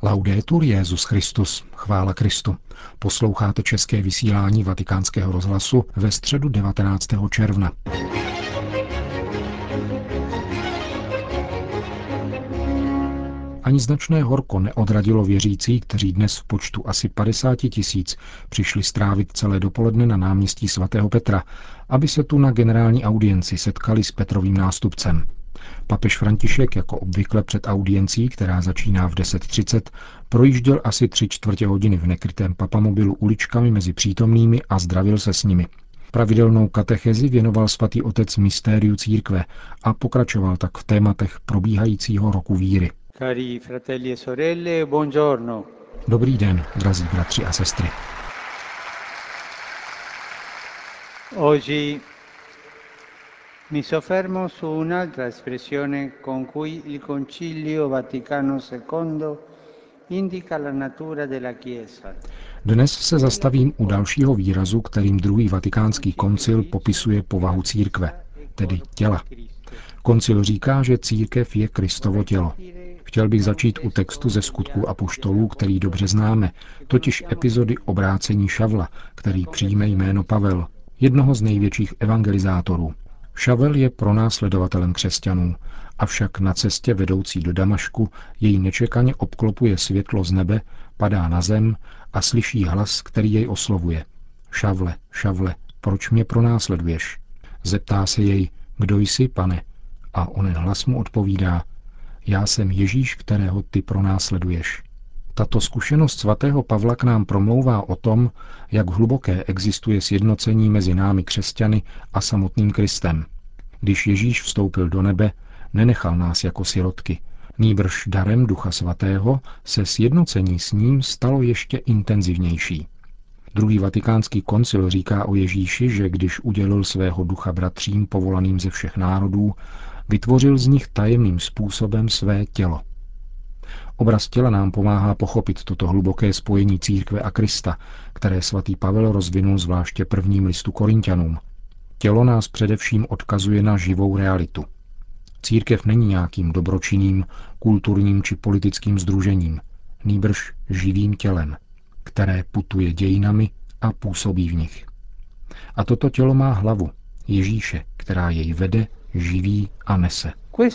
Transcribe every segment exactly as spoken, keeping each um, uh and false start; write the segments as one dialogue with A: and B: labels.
A: Laudetur Jesus Christus, chvála Kristu. Posloucháte české vysílání Vatikánského rozhlasu ve středu devatenáctého června. Ani značné horko neodradilo věřící, kteří dnes v počtu asi padesát tisíc přišli strávit celé dopoledne na náměstí svatého Petra, aby se tu na generální audienci setkali s Petrovým nástupcem. Papež František jako obvykle před audiencí, která začíná v deset třicet, projížděl asi tři čtvrtě hodiny v nekrytém papamobilu uličkami mezi přítomnými a zdravil se s nimi. Pravidelnou katechezi věnoval svatý otec mystériu církve a pokračoval tak v tématech probíhajícího roku víry.
B: Cari fratelli e sorelle, buongiorno.
A: Dobrý den, drazí bratři a sestry.
B: Oggi mi soffermo su un'altra espressione con cui il Concilio Vaticano secondo indica la natura della Chiesa.
A: Dnes se zastavím u dalšího výrazu, kterým druhý vatikánský koncil popisuje povahu církve, tedy těla. Koncil říká, že církev je Kristovo tělo. Chtěl bych začít u textu ze Skutků apoštolů, který dobře známe, totiž epizody obrácení Šavla, který přijme jméno Pavel, jednoho z největších evangelizátorů. Šavel je pronásledovatelem křesťanů, avšak na cestě vedoucí do Damašku jej nečekaně obklopuje světlo z nebe, padá na zem a slyší hlas, který jej oslovuje. Šavle, Šavle, proč mě pronásleduješ? Zeptá se jej, kdo jsi, pane? A onen hlas mu odpovídá, já jsem Ježíš, kterého ty pronásleduješ. Tato zkušenost svatého Pavla k nám promlouvá o tom, jak hluboké existuje sjednocení mezi námi křesťany a samotným Kristem. Když Ježíš vstoupil do nebe, nenechal nás jako sirotky. Nýbrž darem Ducha Svatého se sjednocení s ním stalo ještě intenzivnější. Druhý vatikánský koncil říká o Ježíši, že když udělil svého ducha bratřím povolaným ze všech národů, vytvořil z nich tajemným způsobem své tělo. Obraz těla nám pomáhá pochopit toto hluboké spojení církve a Krista, které svatý Pavel rozvinul zvláště prvním listu Korinťanům. Tělo nás především odkazuje na živou realitu. Církev není nějakým dobročinným, kulturním či politickým sdružením, nýbrž živým tělem, které putuje dějinami a působí v nich. A toto tělo má hlavu, Ježíše, která jej vede, živí a nese.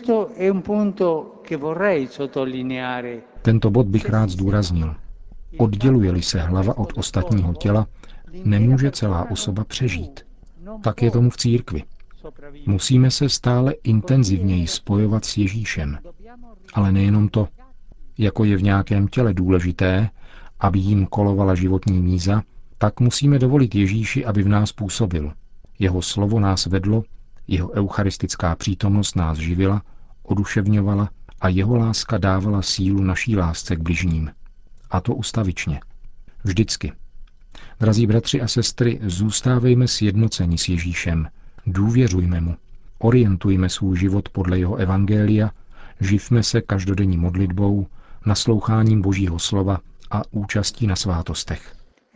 A: Tento bod bych rád zdůraznil. Odděluje-li se hlava od ostatního těla, nemůže celá osoba přežít. Tak je tomu v církvi. Musíme se stále intenzivněji spojovat s Ježíšem. Ale nejenom to. Jako je v nějakém těle důležité, aby jim kolovala životní míza, tak musíme dovolit Ježíši, aby v nás působil. Jeho slovo nás vedlo, jeho eucharistická přítomnost nás živila, oduševňovala a jeho láska dávala sílu naší lásce k bližním. A to ustavičně. Vždycky. Drazí bratři a sestry, zůstávejme sjednoceni s Ježíšem, důvěřujme mu, orientujme svůj život podle jeho evangelia, živme se každodenní modlitbou, nasloucháním Božího slova a účastí na svátostech.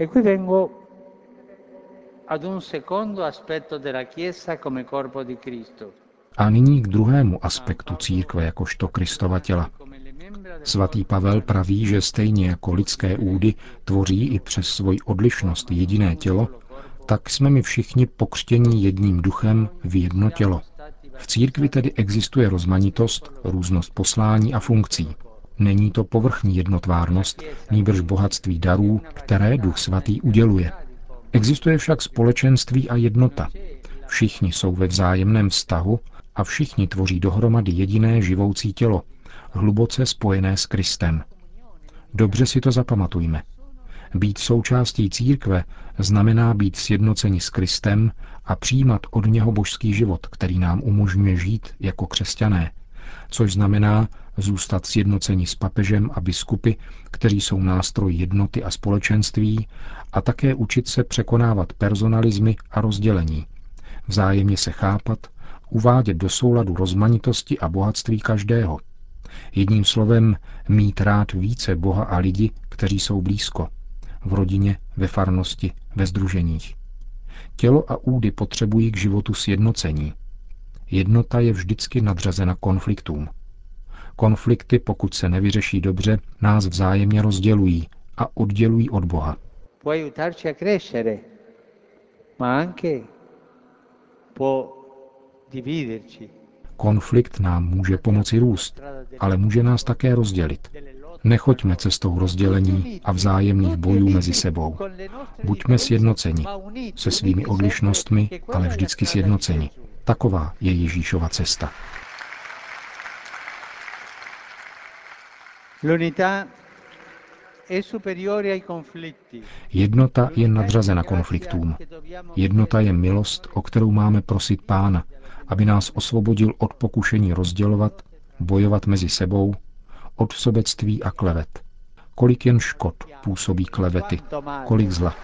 A: A nyní k druhému aspektu církve jakožto Kristova těla. Svatý Pavel praví, že stejně jako lidské údy tvoří i přes svoji odlišnost jediné tělo, tak jsme my všichni pokřtění jedním duchem v jedno tělo. V církvi tedy existuje rozmanitost, různost poslání a funkcí. Není to povrchní jednotvárnost, nýbrž bohatství darů, které Duch Svatý uděluje. Existuje však společenství a jednota. Všichni jsou ve vzájemném vztahu a všichni tvoří dohromady jediné živoucí tělo, hluboce spojené s Kristem. Dobře si to zapamatujme. Být součástí církve znamená být sjednoceni s Kristem a přijímat od něho božský život, který nám umožňuje žít jako křesťané, což znamená zůstat sjednoceni s papežem a biskupy, kteří jsou nástroj jednoty a společenství, a také učit se překonávat personalismy a rozdělení, vzájemně se chápat, uvádět do souladu rozmanitosti a bohatství každého. Jedním slovem mít rád více Boha a lidi, kteří jsou blízko, v rodině, ve farnosti, ve sdruženích. Tělo a údy potřebují k životu sjednocení. Jednota je vždycky nadřazena konfliktům. Konflikty, pokud se nevyřeší dobře, nás vzájemně rozdělují a oddělují od Boha.
B: Può aiutarci a crescere, ma anche può dividerci.
A: Konflikt nám může pomoci růst, ale může nás také rozdělit. Nechoďme cestou rozdělení a vzájemných bojů mezi sebou. Buďme sjednoceni, se svými odlišnostmi, ale vždycky sjednoceni. Taková je Ježíšova cesta. Jednota je nadřazena konfliktům. Jednota je milost, o kterou máme prosit Pána, aby nás osvobodil od pokušení rozdělovat, bojovat mezi sebou, od sobectví a klevet. Kolik jen škod působí klevety, kolik zla.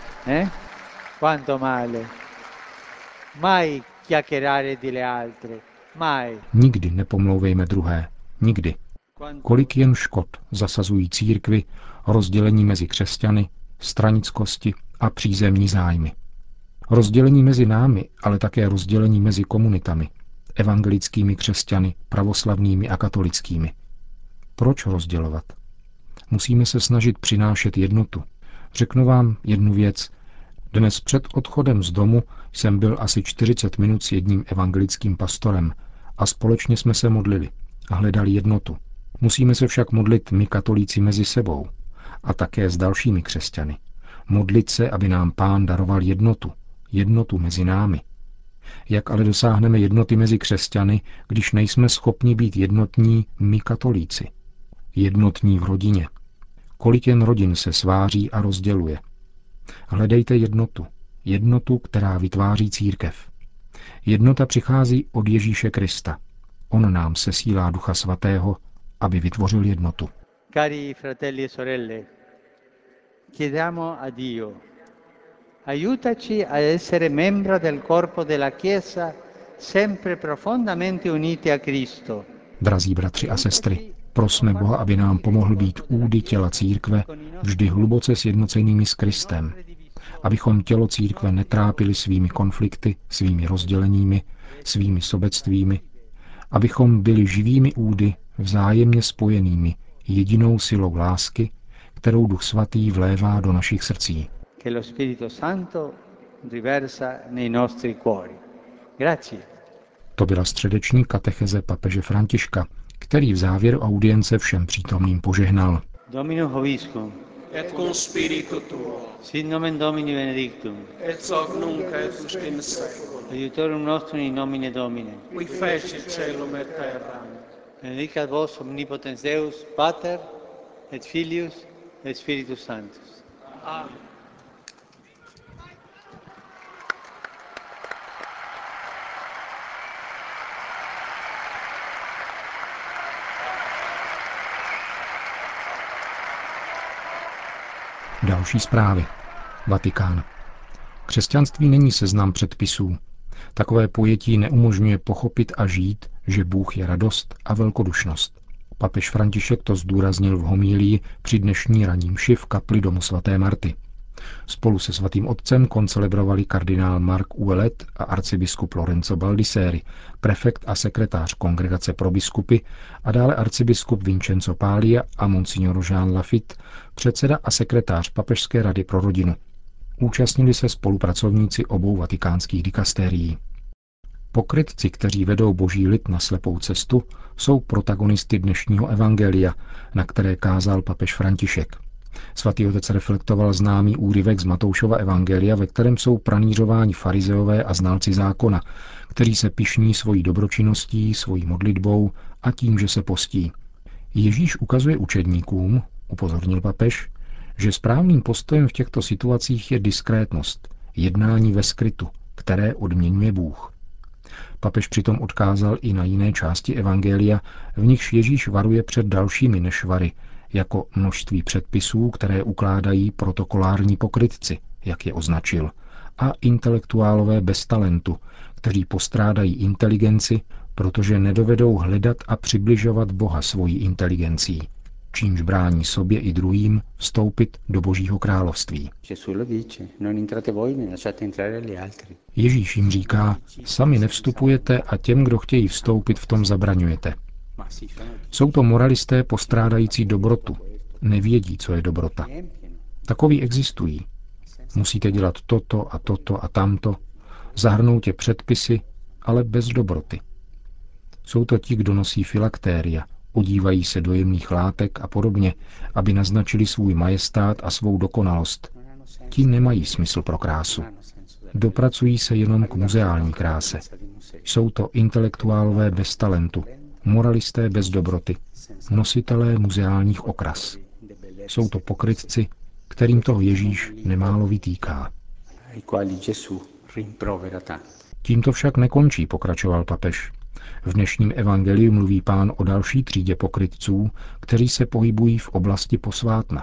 A: Nikdy nepomlouvejme druhé, nikdy. Kolik jen škod zasazují církvi, rozdělení mezi křesťany, stranickosti a přízemní zájmy. Rozdělení mezi námi, ale také rozdělení mezi komunitami, evangelickými křesťany, pravoslavnými a katolickými. Proč rozdělovat? Musíme se snažit přinášet jednotu. Řeknu vám jednu věc. Dnes před odchodem z domu jsem byl asi čtyřicet minut s jedním evangelickým pastorem a společně jsme se modlili a hledali jednotu. Musíme se však modlit my katolíci mezi sebou a také s dalšími křesťany. Modlit se, aby nám Pán daroval jednotu. Jednotu mezi námi. Jak ale dosáhneme jednoty mezi křesťany, když nejsme schopni být jednotní my katolíci? Jednotní v rodině. Kolik jen rodin se sváří a rozděluje. Hledejte jednotu. Jednotu, která vytváří církev. Jednota přichází od Ježíše Krista. On nám sesílá Ducha Svatého, aby vytvořil jednotu.
B: Cari fratelli e sorelle, chiediamo a Dio, aiutaci a essere membra del corpo della Chiesa, sempre profondamente uniti a Cristo.
A: Drazí bratři a sestry, prosme Boha, aby nám pomohl být údy těla církve, vždy hluboce sjednocenými s Kristem, abychom tělo církve netrápili svými konflikty, svými rozděleními, svými sobectvími, abychom byli živými údy, vzájemně spojenými jedinou silou lásky, kterou Duch Svatý vlévá do našich srdcí.
B: Che lo Spirito Santo riversa nei nostri cuori. Grazie.
A: To byla středeční katecheze papeže Františka, který v závěru audience všem přítomným požehnal.
B: Dominus vobiscum.
C: Et cum spiritu tuo.
B: Sit nomen Domini benedictum.
C: Et hoc nunc et usque in saeculum.
B: Aiutorium nostrum in nomine Domini.
C: Qui feci caelum et terram.
B: Benedicat vos omnipotens Deus, Pater et Filius et Spiritus Sanctus.
C: Amen.
A: Další zprávy. Vatikán. Křesťanství není seznam předpisů. Takové pojetí neumožňuje pochopit a žít, že Bůh je radost a velkodušnost. Papež František to zdůraznil v homílii při dnešní ranní mši v kapli domu svaté Marty. Spolu se svatým otcem koncelebrovali kardinál Mark Ouellet a arcibiskup Lorenzo Baldisseri, prefekt a sekretář Kongregace pro biskupy a dále arcibiskup Vincenzo Paglia a monsignor Jean Lafitte, předseda a sekretář Papežské rady pro rodinu. Účastnili se spolupracovníci obou vatikánských dikastérií. Pokrytci, kteří vedou boží lid na slepou cestu, jsou protagonisty dnešního evangelia, na které kázal papež František. Svatý otec reflektoval známý úryvek z Matoušova evangelia, ve kterém jsou pranýřováni farizeové a znalci zákona, kteří se pyšní svojí dobročinností, svojí modlitbou a tím, že se postí. Ježíš ukazuje učedníkům, upozornil papež, že správným postojem v těchto situacích je diskrétnost, jednání ve skrytu, které odměňuje Bůh. Papež přitom odkázal i na jiné části evangelia, v nichž Ježíš varuje před dalšími nešvary, jako množství předpisů, které ukládají protokolární pokrytci, jak je označil, a intelektuálové bez talentu, kteří postrádají inteligenci, protože nedovedou hledat a přibližovat Boha svojí inteligencí, čímž brání sobě i druhým vstoupit do Božího království. Ježíš jim říká, sami nevstupujete a těm, kdo chtějí vstoupit, v tom zabraňujete. Jsou to moralisté postrádající dobrotu. Nevědí, co je dobrota. Takoví existují. Musíte dělat toto a toto a tamto, zahrnou tě předpisy, ale bez dobroty. Jsou to ti, kdo nosí filaktéria, odívají se do jemných látek a podobně, aby naznačili svůj majestát a svou dokonalost. Ti nemají smysl pro krásu. Dopracují se jenom k muzeální kráse. Jsou to intelektuálové bez talentu, moralisté bez dobroty, nositelé muzeálních okras. Jsou to pokrytci, kterým toho Ježíš nemálo vytýká. Tím to však nekončí, pokračoval papež. V dnešním evangeliu mluví Pán o další třídě pokrytců, kteří se pohybují v oblasti posvátna.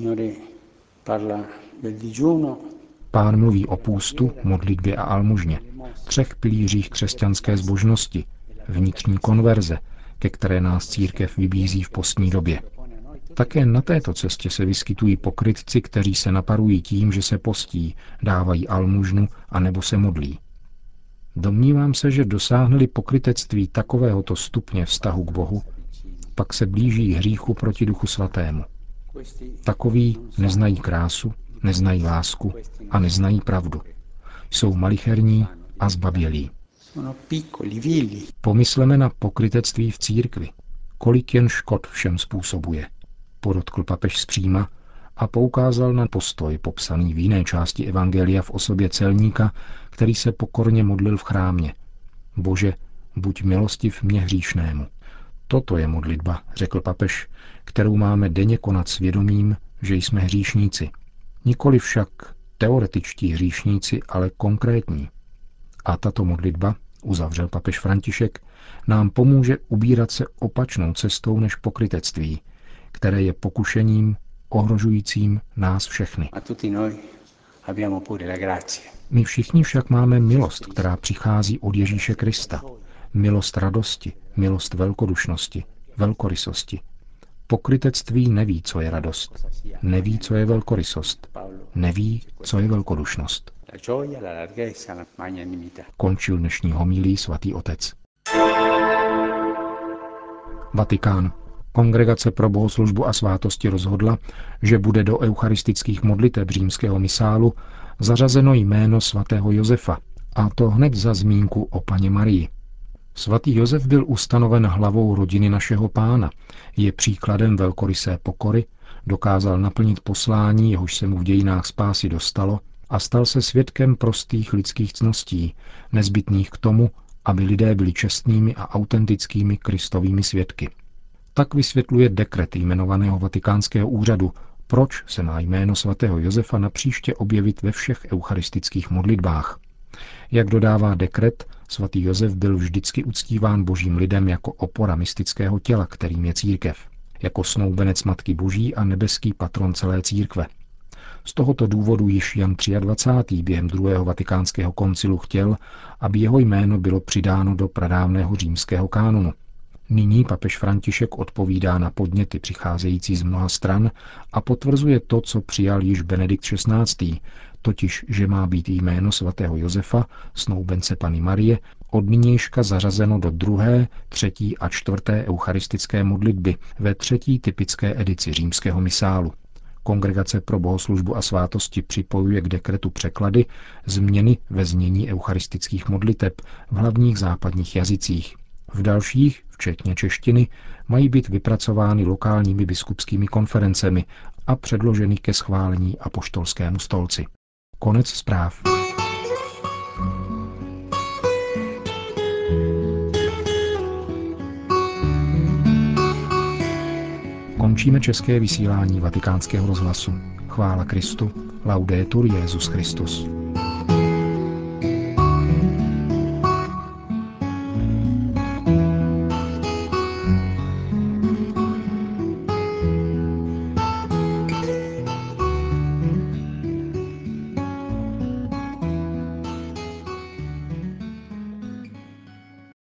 A: Pán mluví o půstu, modlitbě a almužně, třech pilířích křesťanské zbožnosti, vnitřní konverze, ke které nás církev vybízí v postní době. Také na této cestě se vyskytují pokrytci, kteří se naparují tím, že se postí, dávají almužnu a nebo se modlí. Domnívám se, že dosáhli pokrytectví takovéhoto stupně vztahu k Bohu, pak se blíží hříchu proti Duchu Svatému. Takoví neznají krásu, neznají lásku a neznají pravdu. Jsou malicherní a zbabělí. Pomysleme na pokrytectví v církvi. Kolik jen škod všem způsobuje, podotkl papež zpříma a poukázal na postoj popsaný v jiné části evangelia v osobě celníka, který se pokorně modlil v chrámě. Bože, buď milostiv mně hříšnému. Toto je modlitba, řekl papež, kterou máme denně konat svědomím, že jsme hříšníci. Nikoli však teoretičtí hříšníci, ale konkrétní. A tato modlitba, uzavřel papež František, nám pomůže ubírat se opačnou cestou než pokrytectví, které je pokušením ohrožujícím nás všechny. My všichni však máme milost, která přichází od Ježíše Krista. Milost radosti, milost velkodušnosti, velkorysosti. Pokrytectví neví, co je radost. Neví, co je velkorysost. Neví, co je velkodušnost. Končil dnešní homilí svatý otec. Vatikán. Kongregace pro bohoslužbu a svátosti rozhodla, že bude do eucharistických modliteb římského misálu zařazeno jméno svatého Josefa, a to hned za zmínku o Panně Marii. Svatý Josef byl ustanoven hlavou rodiny našeho Pána, je příkladem velkorysé pokory, dokázal naplnit poslání, jehož se mu v dějinách spásy dostalo, a stal se svědkem prostých lidských ctností, nezbytných k tomu, aby lidé byli čestnými a autentickými kristovými svědky. Tak vysvětluje dekret jmenovaného vatikánského úřadu, proč se má jméno svatého Josefa napříště objevit ve všech eucharistických modlitbách. Jak dodává dekret, svatý Josef byl vždycky uctíván božím lidem jako opora mystického těla, kterým je církev, jako snoubenec Matky Boží a nebeský patron celé církve. Z tohoto důvodu již Jan dvacátý třetí během druhého vatikánského koncilu chtěl, aby jeho jméno bylo přidáno do pradávného římského kánonu. Nyní papež František odpovídá na podněty přicházející z mnoha stran a potvrzuje to, co přijal již Benedikt šestnáctý, totiž, že má být jméno svatého Josefa, snoubence Panny Marie, od nynějška zařazeno do druhé, třetí a čtvrté eucharistické modlitby ve třetí typické edici římského misálu. Kongregace pro bohoslužbu a svátosti připojuje k dekretu překlady, změny ve znění eucharistických modliteb v hlavních západních jazycích. V dalších, včetně češtiny, mají být vypracovány lokálními biskupskými konferencemi a předloženy ke schválení apoštolskému stolci. Konec zpráv. Končíme české vysílání Vatikánského rozhlasu. Chvála Kristu. Laudetur Jesus Christus.